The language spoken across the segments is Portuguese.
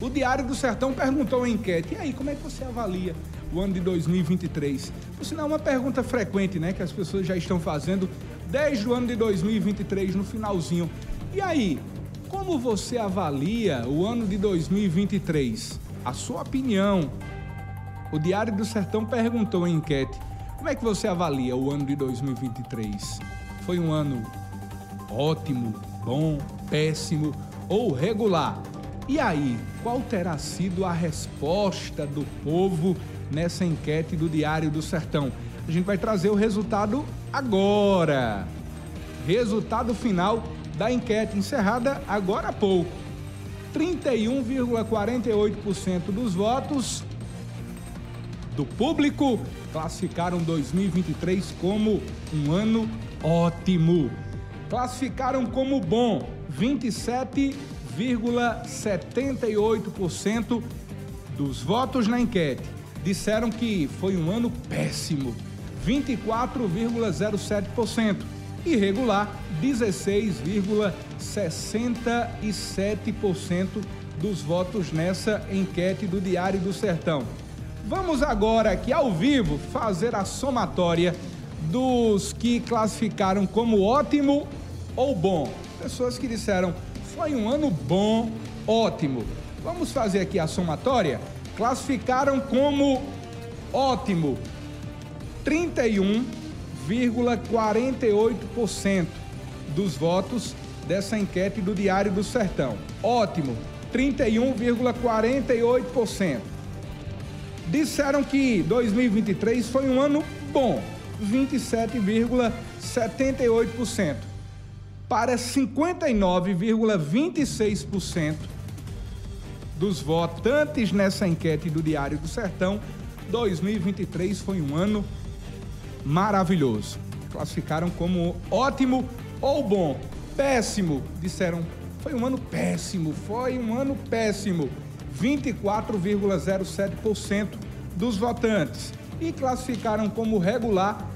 O Diário do Sertão perguntou em enquete: e aí, como é que você avalia o ano de 2023? Por sinal, uma pergunta frequente, né, que as pessoas já estão fazendo desde o ano de 2023, no finalzinho. E aí, como você avalia o ano de 2023? A sua opinião. O Diário do Sertão perguntou em enquete: como é que você avalia o ano de 2023? Foi um ano ótimo, bom, péssimo ou regular? E aí, qual terá sido a resposta do povo nessa enquete do Diário do Sertão? A gente vai trazer o resultado agora. Resultado final da enquete, encerrada agora há pouco. 31,48% dos votos do público classificaram 2023 como um ano ótimo. Classificaram como bom 27,78% dos votos na enquete. Disseram que foi um ano péssimo, 24,07%. Irregular, 16,67% dos votos nessa enquete do Diário do Sertão. Vamos agora aqui ao vivo fazer a somatória dos que classificaram como ótimo ou bom. Pessoas que disseram: foi um ano bom, ótimo. Vamos fazer aqui a somatória. Classificaram como ótimo 31,48% dos votos dessa enquete do Diário do Sertão. Ótimo, 31,48%. Disseram que 2023 foi um ano bom, 27,78%. Para 59,26% dos votantes nessa enquete do Diário do Sertão, 2023 foi um ano maravilhoso. Classificaram como ótimo ou bom. Péssimo, disseram, foi um ano péssimo, 24,07% dos votantes. E classificaram como regular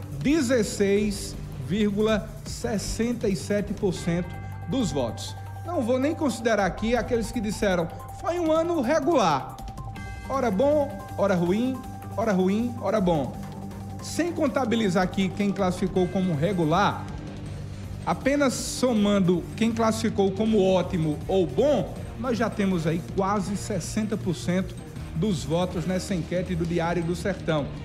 16,67% dos votos. Não vou nem considerar aqui aqueles que disseram: foi um ano regular. Ora bom, ora ruim, ora bom. Sem contabilizar aqui quem classificou como regular, apenas somando quem classificou como ótimo ou bom, nós já temos aí quase 60% dos votos nessa enquete do Diário do Sertão.